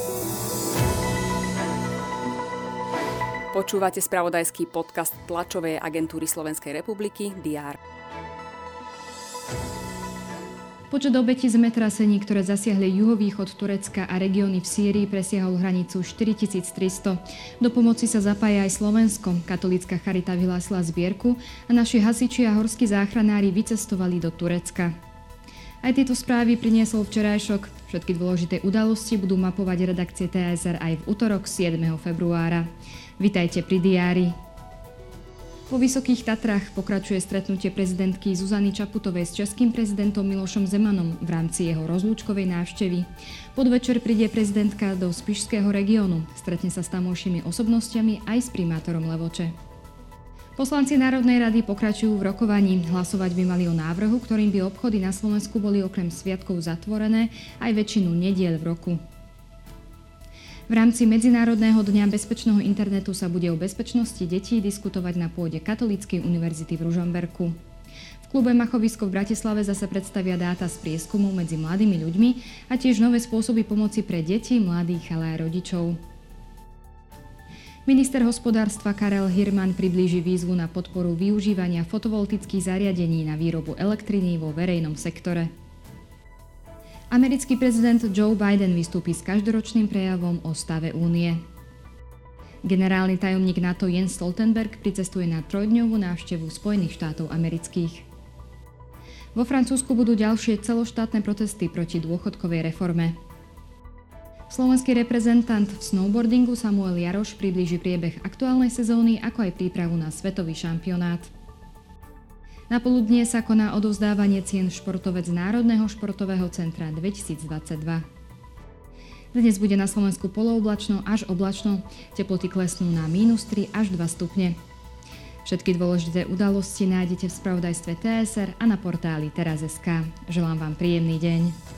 Počúvate spravodajský podcast tlačovej agentúry Slovenskej republiky DR. Počet obetí zemetrasení, ktoré zasiahli juhovýchod Turecka a regióny v Sýrii, presiahol hranicu 4300. Do pomoci sa zapája aj Slovensko. Katolícka charita vyhlásila zbierku a naši hasiči a horskí záchranári vycestovali do Turecka. Aj tieto správy priniesol včerajšok. Všetky dôležité udalosti budú mapovať redakcie TSR aj v utorok 7. februára. Vitajte pri diári. Vo Vysokých Tatrách pokračuje stretnutie prezidentky Zuzany Čaputovej s českým prezidentom Milošom Zemanom v rámci jeho rozlúčkovej návštevy. Podvečer príde prezidentka do Spišského regiónu. Stretne sa s tamojšími osobnostiami aj s primátorom Levoče. Poslanci Národnej rady pokračujú v rokovaní. Hlasovať by mali o návrhu, ktorým by obchody na Slovensku boli okrem sviatkov zatvorené aj väčšinu nediel v roku. V rámci Medzinárodného dňa bezpečného internetu sa bude o bezpečnosti detí diskutovať na pôde Katolíckej univerzity v Ružomberku. V klube Machovisko v Bratislave zase predstavia dáta z prieskumu medzi mladými ľuďmi a tiež nové spôsoby pomoci pre deti, mladých, ale aj rodičov. Minister hospodárstva Karel Hirman priblíži výzvu na podporu využívania fotovoltických zariadení na výrobu elektriny vo verejnom sektore. Americký prezident Joe Biden vystúpi s každoročným prejavom o stave únie. Generálny tajomník NATO Jens Stoltenberg pricestuje na 3-dňovú návštevu Spojených štátov amerických. Vo Francúzsku budú ďalšie celoštátne protesty proti dôchodkovej reforme. Slovenský reprezentant v snowboardingu Samuel Jaroš priblíži priebeh aktuálnej sezóny, ako aj prípravu na svetový šampionát. Na poludnie sa koná odovzdávanie cien Športovec Národného športového centra 2022. Dnes bude na Slovensku polooblačno až oblačno, teploty klesnú na -3 až 2 stupne. Všetky dôležité udalosti nájdete v spravodajstve TSR a na portáli teraz.sk. Želám vám príjemný deň.